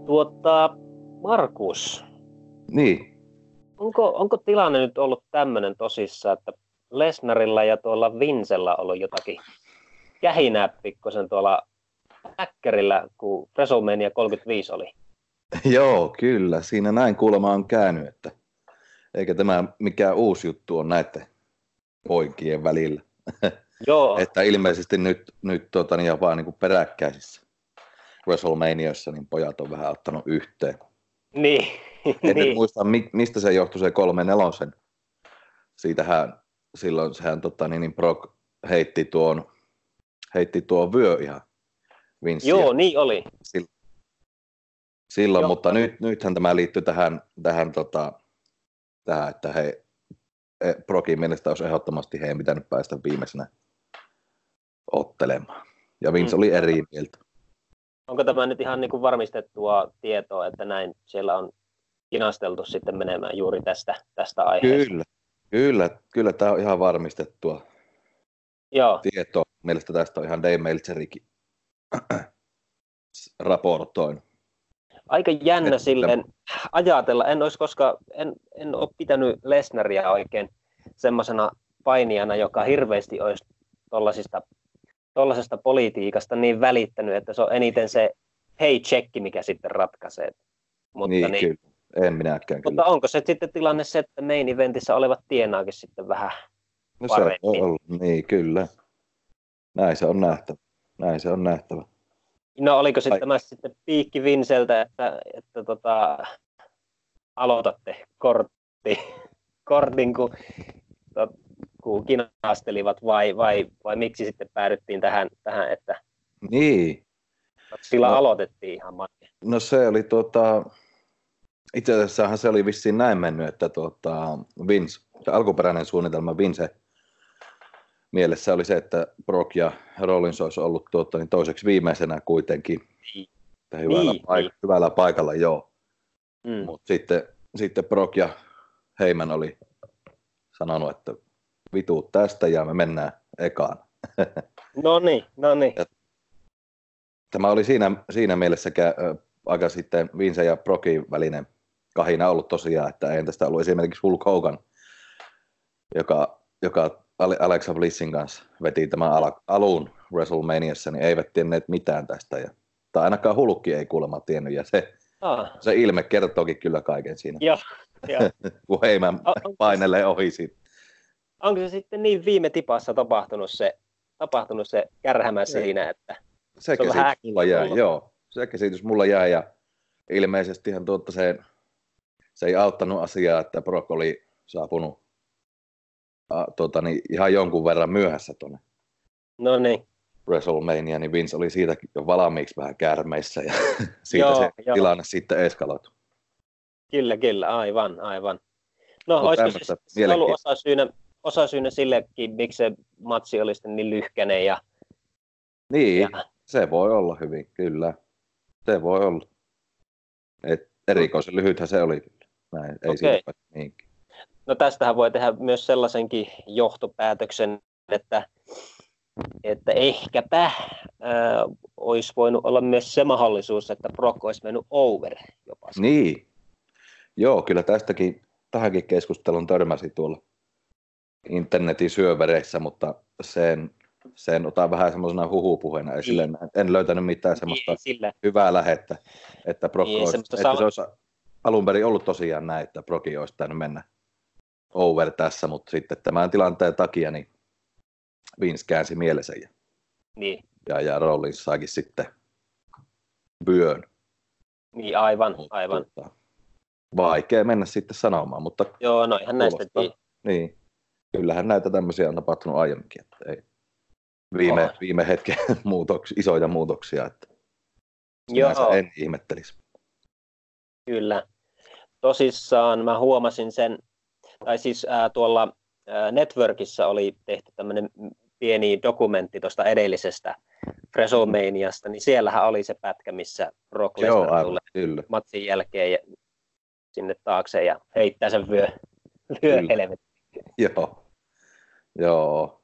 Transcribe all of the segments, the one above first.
Markus, Niin. onko tilanne nyt ollut tämmöinen tosissaan, että Lesnarilla ja tuolla Vincellä on ollut jotakin kähinää pikkusen tuolla äkkärillä, kun WrestleMania 35 oli? Joo, kyllä. Siinä näin kuulemma on käynyt, että eikä tämä mikään uusi juttu on näiden poikien välillä. Joo. Että ilmeisesti nyt ja vaan niin kuin peräkkäisissä WrestleManioissa niin pojat on vähän ottanut yhteen. Niin. En nyt muista, mistä se johtui se 3-4. Siitähän silloin sehän Brock heitti tuon vyö ihan Vincea. Joo, niin oli. Silloin, mutta nythän tämä liittyy tähän että Brockin mielestä olisi ehdottomasti heidän pitänyt päästä viimeisenä ottelemaan. Ja Vince oli eri mieltä. Onko tämä nyt ihan niin kuin varmistettua tietoa, että näin siellä on kinasteltu sitten menemään juuri tästä aiheesta? Kyllä tämä on ihan varmistettua tietoa. Mielestäni tästä on ihan Dave Meltzerikin raportoinut. Aika jännä silleen ajatella. En ole pitänyt Lesnaria oikein semmoisena painijana, joka hirveästi olisi tuollaisesta politiikasta niin välittänyt, että se on eniten se hei-checki, mikä sitten ratkaisee. Mutta niin, kyllä. En minäkään. Mutta onko se sitten tilanne se, että main eventissä olevat tienaakin sitten vähän paremmin? Se on ollut, niin kyllä. Näin se on nähtävä. No oliko sitten tämä sitten piikki Vinceltä, että aloitatte kortin, kun kinastelivat vai miksi sitten päädyttiin tähän että niin. Sillä aloitettiin ihan matkia. No se oli itse asiassahan se oli vissiin näin mennyt, että Vince, alkuperäinen suunnitelma Vince mielessä oli se, että Brock ja Rollins olisi ollut toiseksi viimeisenä kuitenkin. Hyvällä paikalla, joo. Mutta sitten Brock ja Heyman oli sanonut, että vituut tästä ja me mennään ekaan. No niin. Tämä oli siinä mielessä aika sitten Vince ja Brockin välinen kahina ollut tosiaan, että ei tästä ollut esimerkiksi Hulk Hogan, joka Alexa Blissin kanssa veti tämän alun WrestleManiassa, niin eivät tienneet mitään tästä. Tai ainakaan Hulkki ei kuulemma tiennyt, ja se ilme kertookin kyllä kaiken siinä. Joo. Kun Heyman painelee ohi siitä. Onko se sitten niin viime tipassa tapahtunut se kärhämä siinä, että se on vähän mulla jäi, joo. Se käsitys mulla jäi, ja ilmeisestihan se ei auttanut asiaa, että Brock oli saapunut ihan jonkun verran myöhässä tuonne WrestleMania, niin Vince oli siitäkin jo valmiiksi vähän käärmeissä, ja siitä se tilanne sitten eskaloitui. Kyllä, aivan. No, olisiko se ollut osasyynä sillekin, miksi se matsi oli sitten niin lyhkäinen? Niin, se voi olla hyvin, kyllä. Se voi olla. Erikoisen lyhythän se oli. Näin, ei siitä niinkin. No tästähän voi tehdä myös sellaisenkin johtopäätöksen, että ehkäpä olisi voinut olla myös se mahdollisuus, että Brock olisi mennyt over jopa. Niin. Joo, kyllä tähänkin keskustelun törmäsi tuolla internetin syövereissä, mutta sen otan vähän semmoisena huhupuheena esille. En löytänyt mitään semmoista hyvää lähettä, että Brock se olisi alun perin ollut tosiaan näin, että Brocki olisi pitänyt mennä over tässä, mutta sitten tämän tilanteen takia niin Vince käänsi mielensä ja Rollins saikin sitten vyön. Niin, aivan. Vaikea mennä sitten sanomaan, mutta joo, no ihan näistä. Niin, kyllähän näitä tämmöisiä on tapahtunut aiemminkin, että ei viime hetken isoja muutoksia, että sinänsä en ihmettelisi. Kyllä. Tosissaan mä huomasin sen, tai siis tuolla Networkissa oli tehty tämmöinen pieni dokumentti tuosta edellisestä WrestleManiasta, niin siellähän oli se pätkä, missä Brock Lesnar tulee matsin jälkeen sinne taakse ja heittää sen vyö helvettiin. Joo.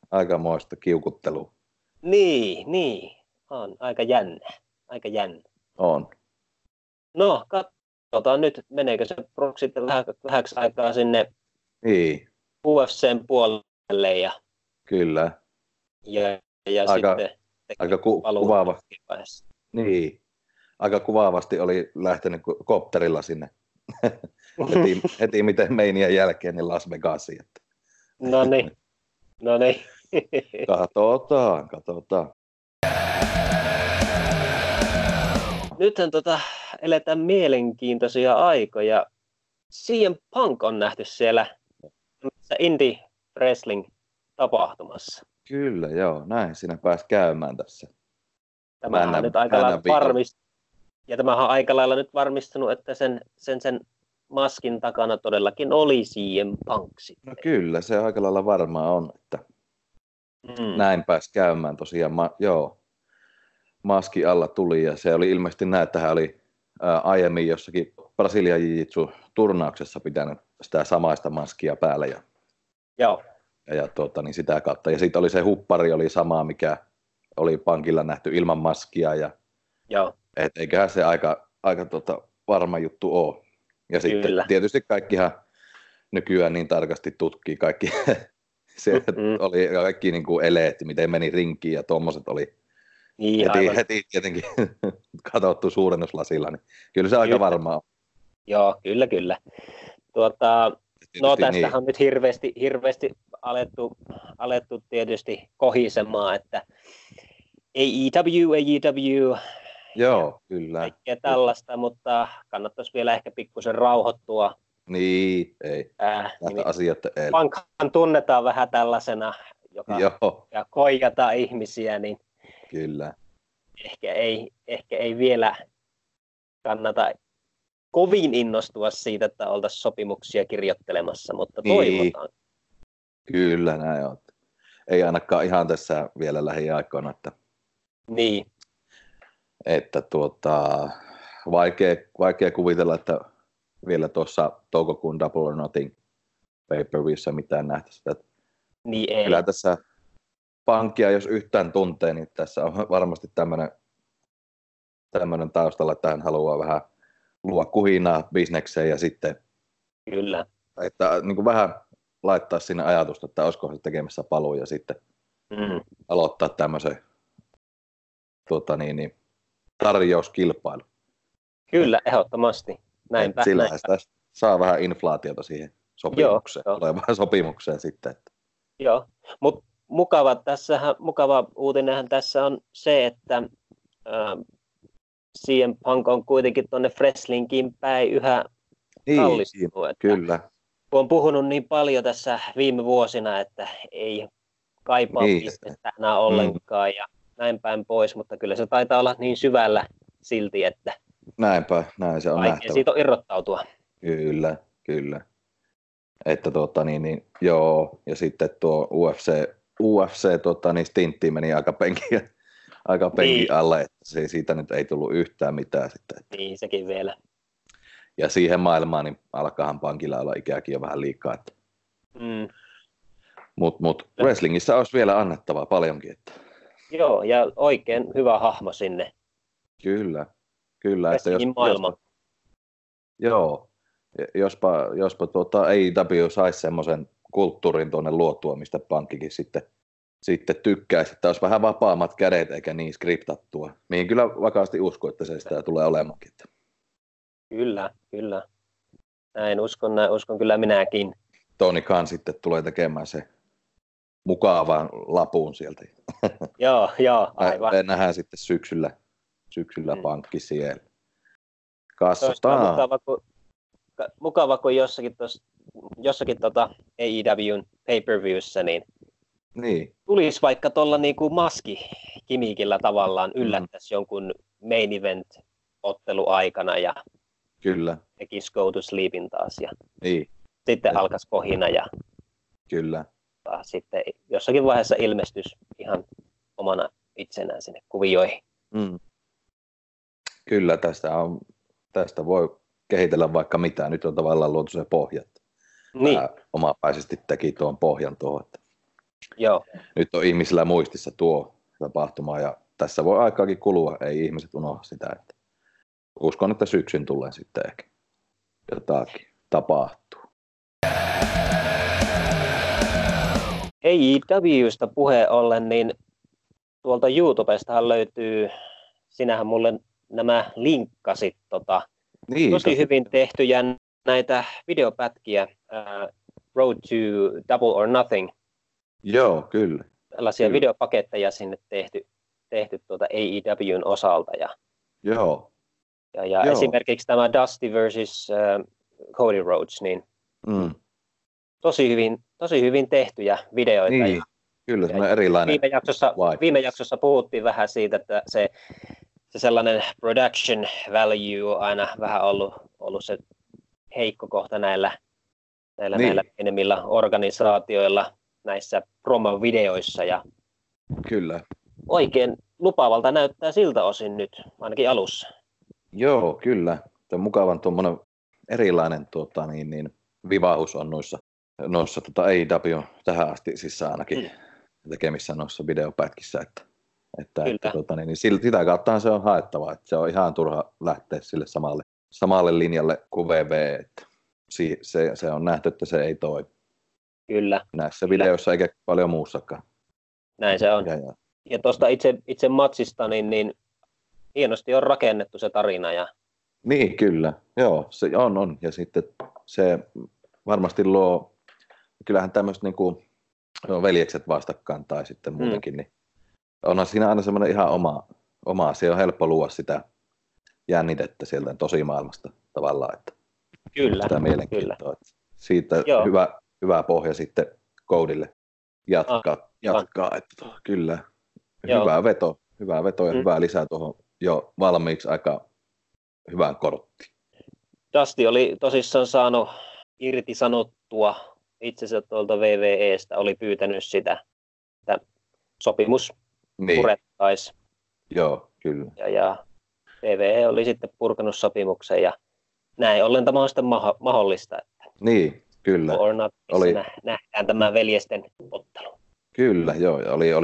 Aikamoista kiukuttelua. Niin. On aika jännä. On. No, katsotaan nyt, meneekö se Brock sitten vähäksi aikaa sinne UFCn puolelle. Ja, kyllä. Ja aika kuvaavasti. Niin. Aika kuvaavasti oli lähtenyt kopterilla sinne heti miten meinien jälkeen niin Las Vegasiin. No niin. Katsotaan. Nythän eletään mielenkiintoisia aikoja. CM Punk on nähty siellä Indie Wrestling-tapahtumassa. Kyllä, joo. Näin sinä pääsi käymään tässä. Tämähän on nyt aika lailla varmistunut, että sen maskin takana todellakin oli CM Punk sitten. No kyllä, se aika lailla varmaa on, että näin pääsi käymään tosiaan. Maski alla tuli ja se oli ilmeisesti näin, että hän oli aiemmin jossakin Brasilian Jiu-Jitsu-turnauksessa pitänyt sitä samaista maskia päällä. Joo. Niin sitä kautta. Ja sitten oli se huppari oli sama, mikä oli Punkilla nähty ilman maskia. Joo. Eiköhän se aika varma juttu ole. Ja sitten tietysti kaikkihan nykyään niin tarkasti tutkii kaikki. Se oli kaikki niin kuin eleet, miten meni rinkiin ja tuommoiset oli heti tietenkin katsottu suurennuslasilla. Niin kyllä se aika varmaa on. Joo, kyllä. No tästähän on nyt hirveästi alettu tietysti kohisemaan, että AEW. Joo, kyllä. Kaikkea tällaista, mutta kannattaisi vielä ehkä pikkusen rauhoittua. Niin, ei. Asioita ei. Punkhan tunnetaan vähän tällaisena, joka koijata ihmisiä, niin kyllä. Ehkä ei vielä kannata kovin innostua siitä, että oltaisiin sopimuksia kirjoittelemassa, mutta toivotaan. Kyllä, näin on. Ei ainakaan ihan tässä vielä lähiaikoina, että niin. Että vaikea kuvitella, että vielä tuossa toukokuun Double or Nothing pay-per-viewssä mitään nähtäisi. Niin ei. Kyllä tässä Punkia, jos yhtään tuntee, niin tässä on varmasti tämmöinen taustalla, että hän haluaa vähän luo kuhinaa bisnekseen ja sitten kyllä. Että niin kuin vähän laittaa sinne ajatusta, että olisiko se tekemässä paluu ja sitten aloittaa tämmöisen tarjouskilpailu. Kyllä, ehdottomasti. Näinpä. Sillähän sitä saa vähän inflaatiota siihen sopimukseen, tulevaan sopimukseen sitten. Että. Joo, mutta mukava uutinenhan tässä on se, että CM Punk on kuitenkin tuonne wrestlingin päin yhä kallistunut. Kyllä. Kun on puhunut niin paljon tässä viime vuosina, että ei kaipaa pistettä enää ollenkaan ja näin päin pois, mutta kyllä se taitaa olla niin syvällä silti, että näin se on nähtävä. siitä on irrottautua. Kyllä. Että joo, ja sitten tuo UFC stintti meni aika penkin alle, että siitä nyt ei tullut yhtään mitään sitten. Että. Niin, sekin vielä. Ja siihen maailmaan niin alkaahan Punkilla olla ikääkin jo vähän liikaa. Että. Mut wrestlingissä olisi vielä annettavaa paljonkin. Että. Joo, ja oikein hyvä hahmo sinne. Kyllä. Että jospa AEW saisi semmoisen kulttuurin tuonne luotua, mistä Punkkikin sitten tykkäisi, että olisi vähän vapaammat kädet eikä niin skriptattua. Mihin kyllä vakaasti uskon, että se sitä tulee olemaankin. Kyllä. Näin uskon kyllä minäkin. Tony Khan sitten tulee tekemään se mukavan lapun sieltä. Joo, aivan. Nähdään sitten syksyllä Punkki siellä. Katsotaan. Mukava, kun jossakin AEWn pay-per-viewssä, niin tulisi vaikka tuolla niinku maski-kimikillä tavallaan yllättäisi jonkun main event ottelu aikana ja kyllä. tekisi go to sleepin taas ja sitten alkaisi kohina ja kyllä. Sitten jossakin vaiheessa ilmestyisi ihan omana itsenään sinne kuvioihin. Kyllä, tästä voi kehitellä vaikka mitä. Nyt on tavallaan luotu se pohja. Niin. Omapäisesti teki tuon pohjan tuohon. Joo. Nyt on ihmisillä muistissa tuo tapahtuma ja tässä voi aikaakin kulua. Ei ihmiset unohda sitä. Että uskon, että syksyn tulee sitten ehkä jotakin tapahtuu. AEW:stä puheen ollen, niin tuolta YouTubestahan löytyy, sinähän mulle nämä linkkasit Niin, tosi hyvin tehtyjä näitä videopätkiä, Road to Double or Nothing. Joo, kyllä. Tällaisia videopaketteja sinne tehty AEWn osalta. Joo. Ja esimerkiksi tämä Dusty versus Cody Rhodes, niin tosi hyvin tehtyjä videoita. Niin, kyllä semmoinen erilainen. Viime jaksossa puhuttiin vähän siitä, että se sellainen production value on aina vähän ollut se heikko kohta näillä pienemmillä organisaatioilla näissä promo-videoissa. Ja kyllä. Oikein lupaavalta näyttää siltä osin nyt, ainakin alussa. Joo, kyllä. Tämä mukavan tuommoinen erilainen vivahus on noissa AEW tähän asti siis ainakin tekemissä noissa videopätkissä, että sitä kautta se on haettava, että se on ihan turha lähteä sille samalle linjalle kuin VV, että se on nähty, että se ei toimi. Kyllä. Näissä videoissa eikä paljon muussakaan. Näin se on. Ja tuosta itse matsista, niin hienosti on rakennettu se tarina. Niin, kyllä. Joo, se on. Ja sitten se varmasti kyllähän tämmöiset niin veljekset vastakkain tai sitten muutenkin, niin onhan siinä aina semmoinen ihan oma asia, on helppo luoda sitä jännitettä sieltä tosimaailmasta tavallaan, että kyllä, sitä mielenkiintoa. Kyllä. Siitä hyvä pohja sitten Codylle jatkaa, että kyllä. Hyvä veto ja hyvä lisää tuohon jo valmiiksi aika hyvään korttiin. Dusty oli tosissaan saanut irtisanottua itsensä tuolta VVEstä, oli pyytänyt sitä, että sopimus purettaisi. Joo, kyllä. Ja VVE oli sitten purkanut sopimuksen ja näin ollen tämä on sitten mahdollista. Että niin, kyllä. Nähdään tämä veljesten ottelu. Kyllä, joo. Oli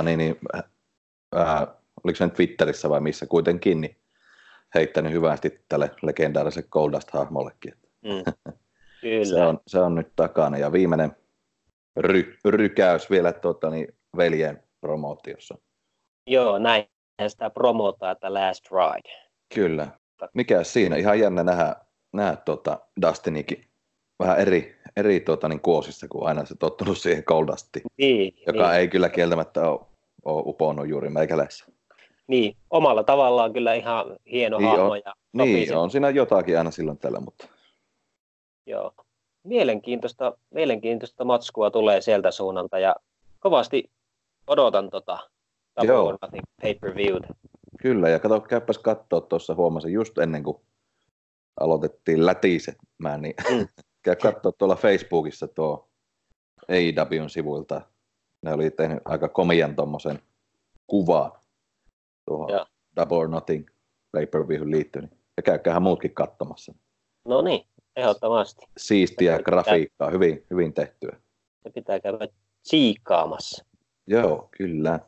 oliko se nyt Twitterissä vai missä kuitenkin, niin heittänyt hyvästi tälle legendaarisen Goldust-hahmollekin. Kyllä. Se on nyt takana ja viimeinen rykäys vielä veljen promootiossa. Joo, näin sitä promotaa, että Last Ride. Kyllä. Mikä siinä? Ihan jännä nähdä Dustinikin vähän eri kuosissa kuin aina se tottunut siihen Goldustiin, joka ei kyllä kieltämättä ole uponnut juuri meikäläisessä. Niin, omalla tavallaan kyllä ihan hieno hahmo. Niin, on siinä jotakin aina silloin tällä, mutta... Joo. Mielenkiintoista matskua tulee sieltä suunnalta ja kovasti odotan Double or Nothing pay-per-viewtä. Kyllä, ja käypäs katsoa tuossa, huomasin just ennen kuin aloitettiin lätisemään, niin käy katsoa tuolla Facebookissa tuo AEWn sivuilta. Ne oli tehnyt aika komian tommosen kuvaa tuohon Double or Nothing pay-per-viewhyn liittyen. Ja käykäähän muutkin katsomassa. No niin, ehdottomasti. Siistiä grafiikkaa, hyvin tehtyä. Se pitää käydä tsiikaamassa. Joo, kyllä.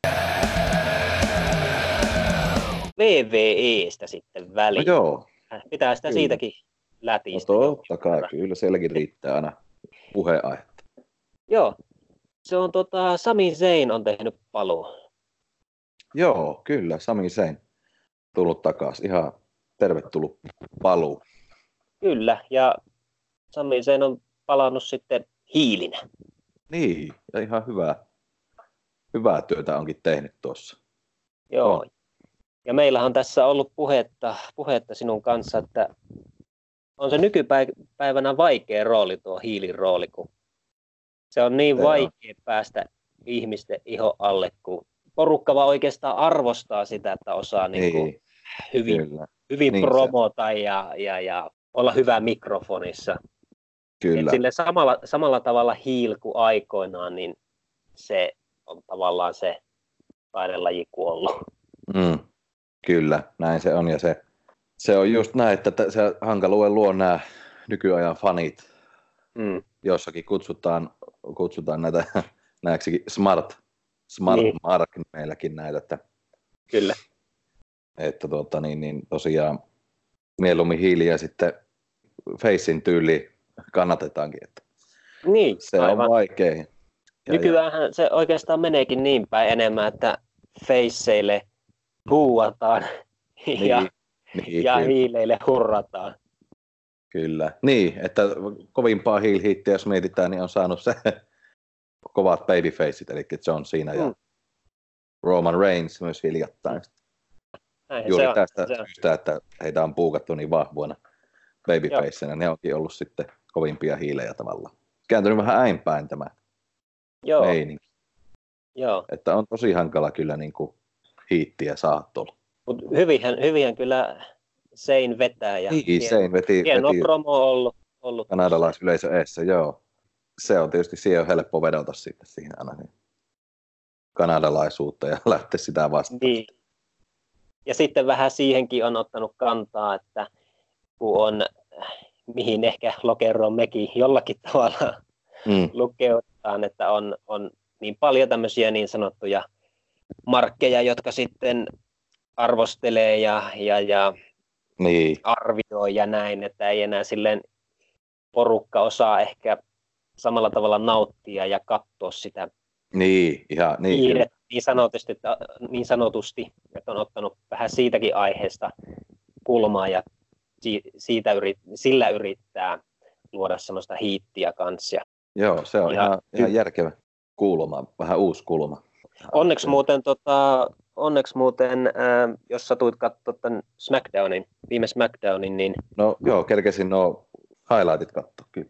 VVEstä sitten väliin. No joo. Pitää sitä siitäkin lätistä. No totta kai, kyllä sielläkin riittää aina puheenaihetta. Joo, se on Sami Zayn on tehnyt paluu. Joo, kyllä, Sami Zayn tullut takaisin. Ihan tervetullut paluu. Kyllä, ja Sami Zayn on palannut sitten hiilinä. Niin, ja ihan hyvää työtä onkin tehnyt tuossa. Joo, ja meillähän on tässä ollut puhetta sinun kanssa, että on se nykypäivänä vaikea rooli tuo hiilin rooli, kun se on niin vaikea päästä ihmisten ihon alle, kun porukka vaan oikeastaan arvostaa sitä, että osaa hyvin promota ja olla hyvä mikrofonissa. Kyllä. Sille samalla tavalla hiil kuin aikoinaan, niin se on tavallaan se taidelaji kuollut. Kyllä, näin se on. Ja se on just näin, että se hankaluuden luo nämä nykyajan fanit. Jossakin kutsutaan näitä näiksikin smart mark meilläkin näitä. Että, kyllä. Että tosiaan mieluummin hiiliä ja sitten Facein tyyliin kannatetaankin. Että Niin, se aivan. on vaikea. Nykyäänhän se oikeastaan meneekin niin päin enemmän, että faceille huuataan ja hiileille hurrataan. Kyllä. Niin, että kovimpaa heel-hittiä, jos mietitään, niin on saanut se kovat babyfaceit, eli John Cena ja Roman Reigns myös hiljattain. Juuri tästä syystä, että heitä on puukattu niin vahvoina babyfaceina, ne onkin ollut sitten kovimpia hiilejä tavallaan. Kääntynyt vähän äinpäin tämä meininki. Joo. Että on tosi hankala kyllä niin kuin hiittiä saada tuolla. Mutta hyvinhän kyllä Sein vetää. Ja Sein veti promo ollut. Kanadalaisyleisö eessä, joo. Se on tietysti siihen on helppo vedota sitten siihen aina niin kanadalaisuutta ja lähteä sitä vastaan. Niin. Ja sitten vähän siihenkin on ottanut kantaa, että kun on, mihin ehkä lokeroon mekin jollakin tavalla lukeutetaan, että on niin paljon tämmöisiä niin sanottuja markkeja, jotka sitten arvostelee ja arvioi ja näin, että ei enää silleen porukka osaa ehkä samalla tavalla nauttia ja katsoa sitä niin sanotusti, että on ottanut vähän siitäkin aiheesta kulmaa ja sillä yrittää luoda semmoista hiittiä kanssa. Joo, se on ihan järkevä kulma, vähän uusi kulma. Onneksi muuten, jos satuit katsoa tämän viime SmackDownin, niin... No joo, kerkesin nuo highlightit katsoa, kyllä.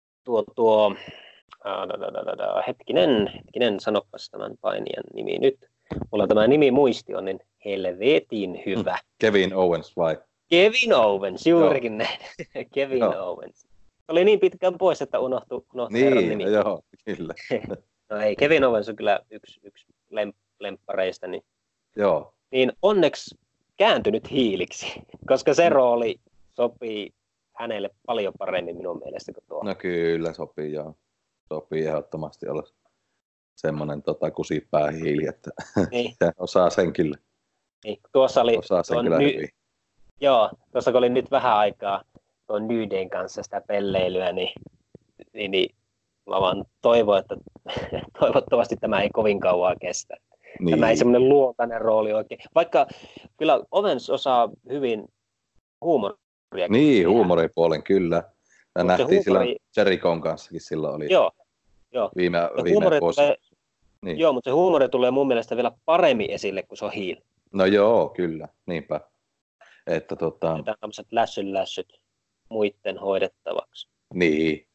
Hetkinen, sanopas tämän painijan nimi nyt. Mulla tämä nimi muisti on niin helvetin hyvä. Kevin Owens vai? Kevin Owens, juurikin näin. Kevin Owens. Oli niin pitkään pois, että unohtui herran nimi. Joo, kyllä. No ei, Kevin Owens on kyllä yksi lemppareista. Joo. Niin onneksi kääntynyt hiiliksi, koska se rooli sopii hänelle paljon paremmin minun mielestä kuin tuo. No kyllä, sopii joo. Sopii ehdottomasti olla semmoinen kusipäähiili, että niin. se osaa sen kyllä. Niin, tuossa oli osaa sen kyllä hyvin. Joo, tuossa kun oli nyt vähän aikaa tuon New Dayn kanssa sitä pelleilyä, niin mä vaan toivon, että toivottavasti tämä ei kovin kauan kestä. Niin. Tämä ei semmoinen luontainen rooli oikein. Vaikka kyllä Owens osaa hyvin huumoria. Niin, huumoripuolen kyllä. Ja nähtiin sillä Jerichon kanssakin silloin oli viime vuosi. Niin. Joo, mutta se huumori tulee mun mielestä vielä paremmin esille, kun se on heel. No joo, kyllä, niinpä. Että Jätään tämmöiset lässyt muitten hoidettavaksi. Niin.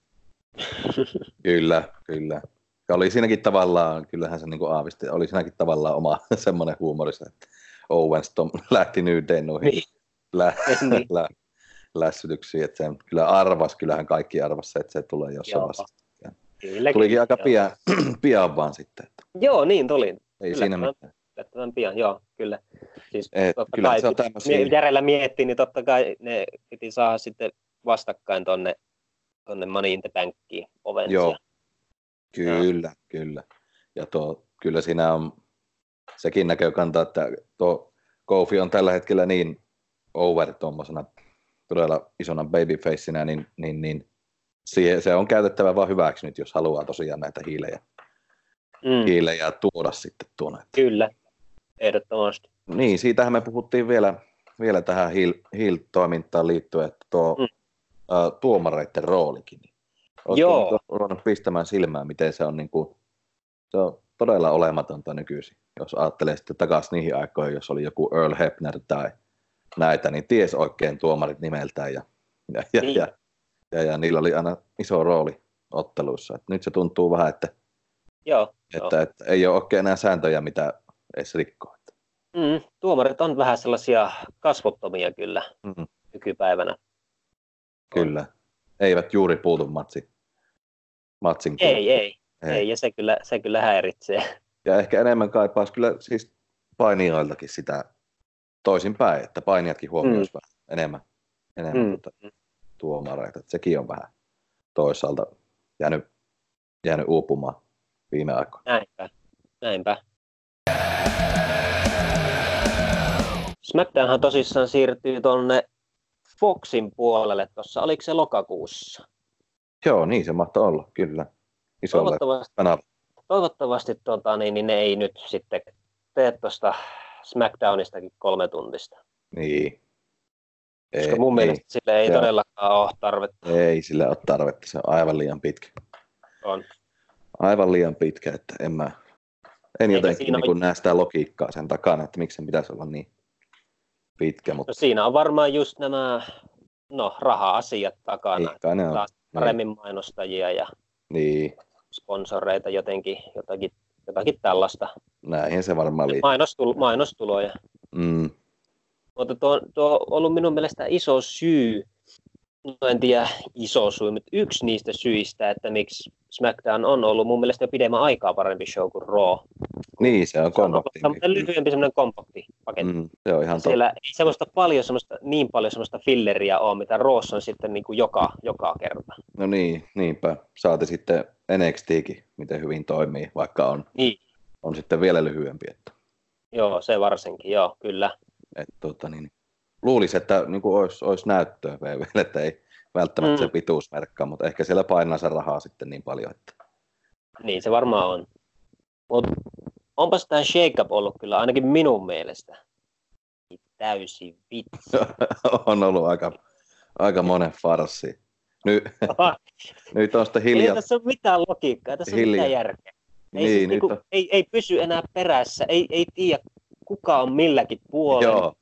Kyllä. Ja oli siinäkin tavallaan, kyllähän se niin kuin aavisti, oli siinäkin tavallaan oma semmoinen huumorissa, että Owens lähti New noihin lässytyksiin, että sen kyllähän kaikki arvasi, että se tulee jossain vaiheessa. Tulikin aika pian vaan sitten. Että. Joo, niin tuli. Ei siinä mitään. Pian, joo, kyllä. Siis kyllä kai, se on tämmöisiä. Järjellä miettii, niin totta kai ne piti saada sitten vastakkain tonne Money in the Bankiin Owensia. Joo, kyllä. Ja kyllä siinä on sekin näkökanta, että tuo Kofi on tällä hetkellä niin over tuommoisena todella isona babyfacinä, niin se on käytettävä vaan hyväksi nyt, jos haluaa tosiaan näitä hiilejä tuoda sitten tuonne. Kyllä, ehdottomasti. Niin, siitähän me puhuttiin vielä tähän heel-toimintaan liittyen, että tuo tuomareiden roolikin. Joo. Olen pistämään silmään, miten se on, se on todella olematonta nykyisin. Jos ajattelee sitten takaisin niihin aikoihin, jos oli joku Earl Hebner tai näitä, niin ties oikein tuomarit nimeltään ja niillä oli aina iso rooli otteluissa. Et nyt se tuntuu vähän, että ei ole oikein enää sääntöjä, mitä edes rikkoo. Tuomarit on vähän sellaisia kasvottomia kyllä nykypäivänä. Kyllä. Eivät juuri puutu matsin ei, ja se kyllä häiritsee. Ja ehkä enemmän kaipaisi kyllä siis painijoiltakin sitä toisinpäin, että painijatkin huomioisivat enemmän tuomareita. Että sekin on vähän toisaalta jäänyt uupumaan viime aikoina. Näinpä. SmackDownhan tosissaan siirtyy tuonne Foxin puolelle tuossa, oliko se lokakuussa? Joo, niin se mahtoi olla, kyllä. Isolle kanavalle. Toivottavasti niin ne ei nyt sitten tee tuosta SmackDownistakin 3 tuntista. Niin. Koska mun mielestä sille ei todellakaan ole tarvetta. Ei sillä ole tarvetta, se on aivan liian pitkä. On. Aivan liian pitkä, että en jotenkin niin näe sitä logiikkaa sen takana, että miksi sen pitäisi olla niin pitkä. Mutta... No siinä on varmaan just nämä raha-asiat takana. Ne on. Taas paremmin mainostajia ja sponsoreita jotakin tällaista. Näihin se varmaan liittyy. Mainostuloja. Mutta tuo on ollut minun mielestä iso syy, en tiedä iso syy, mutta yksi niistä syistä, että miksi SmackDown on ollut mun mielestä jo pidemmän aikaa parempi show kuin Raw. Niin, se on kompakti. Se on lyhyempi semmoinen kompakti paketti. Se on ihan siellä ei niin paljon semmoista filleriä ole, mitä Rawssa on sitten niin kuin joka kerta. No niinpä. Saati sitten NXTkin, miten hyvin toimii, vaikka on sitten vielä lyhyempi. Että. Joo, se varsinkin, joo, kyllä. Luulisi, että niin olisi näyttöä VV:lle, että ei välttämättä se pituus merkkaa, mutta ehkä siellä painaa se rahaa sitten niin paljon. Että... Niin se varmaan on. Mutta onpas tämä shake-up ollut kyllä ainakin minun mielestä täysin vitsi. On ollut aika monen farssi. Nyt on sitten hiljaa. Ei tässä ole mitään logiikkaa, ei tässä ole mitään järkeä. Ei pysy enää perässä, ei tiedä kuka on milläkin puolella. Joo,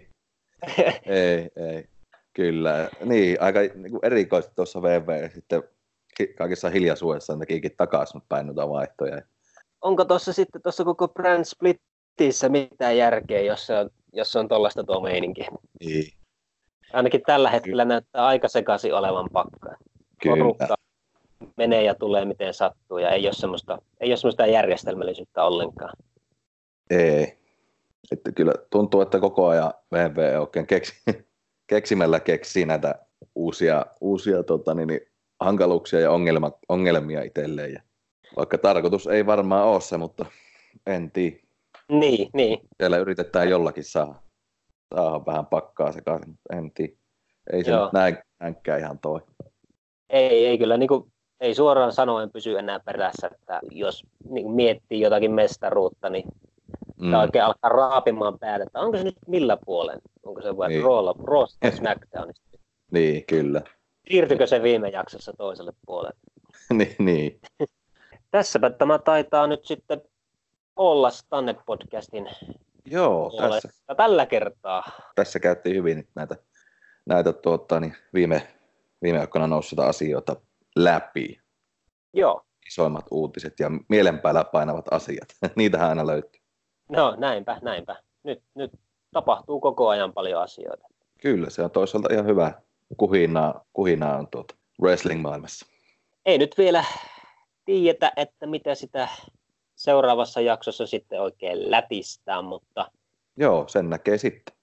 ei. Kyllä. Niin, aika niin erikoisesti tuossa VV sitten kaikissa hiljaisuudessaan tekikin takaisin päin noita vaihtoja. Onko tuossa koko brand splittissä mitään järkeä, jos on tuollaista tuo meininki? Niin. Ainakin tällä hetkellä näyttää aika sekaisin olevan pakkaa. Porukka menee ja tulee miten sattuu ja ei ole semmoista järjestelmällisyyttä ollenkaan. Ei. Että kyllä tuntuu, että koko ajan VV oikein keksimällä keksii näitä uusia hankaluuksia ja ongelmia itselleen. Ja vaikka tarkoitus ei varmaan ole se, mutta en tiedä. Niin. Siellä yritetään jollakin saada vähän pakkaa sekaisin, mutta en tiedä. Ei se näinkään ihan toi. Ei kyllä ei suoraan sanoen pysy enää perässä, että jos miettii jotakin mestaruutta, niin tämä oikein alkaa raapimaan päälle, että onko se nyt millä puolen? Onko se vain Raw tai SmackDownista? Niin, kyllä. Siirtykö se viime jaksossa toiselle puolelle? niin. Tässäpä tämä taitaa nyt sitten olla Stanne-podcastin tässä. Tällä kertaa. Tässä käytiin hyvin näitä viime aikoina nousseita asioita läpi. Joo. Isoimmat uutiset ja mielen päällä painavat asiat. Niitähän aina löytyy. No näinpä. Nyt tapahtuu koko ajan paljon asioita. Kyllä, se on toisaalta ihan hyvä kuhinaa on wrestling-maailmassa. Ei nyt vielä tiedetä, että mitä sitä seuraavassa jaksossa sitten oikein lätistää, mutta... Joo, sen näkee sitten.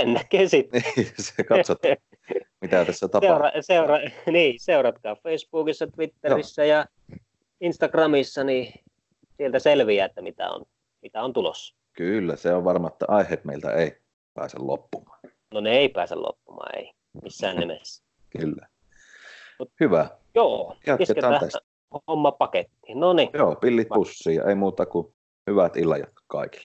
Se katsotaan, mitä tässä tapahtuu. Seuratkaa Facebookissa, Twitterissä ja Instagramissa, niin sieltä selviää, että mitä on tulossa. Kyllä, se on varma, että aiheet meiltä ei pääse loppumaan. No ne ei pääse loppumaan, ei missään nimessä. Kyllä. Hyvä. Joo, jatketaan tästä. Homma pakettiin. No niin. Joo, pillit pussiin ja ei muuta kuin hyvät illanjatkot kaikille.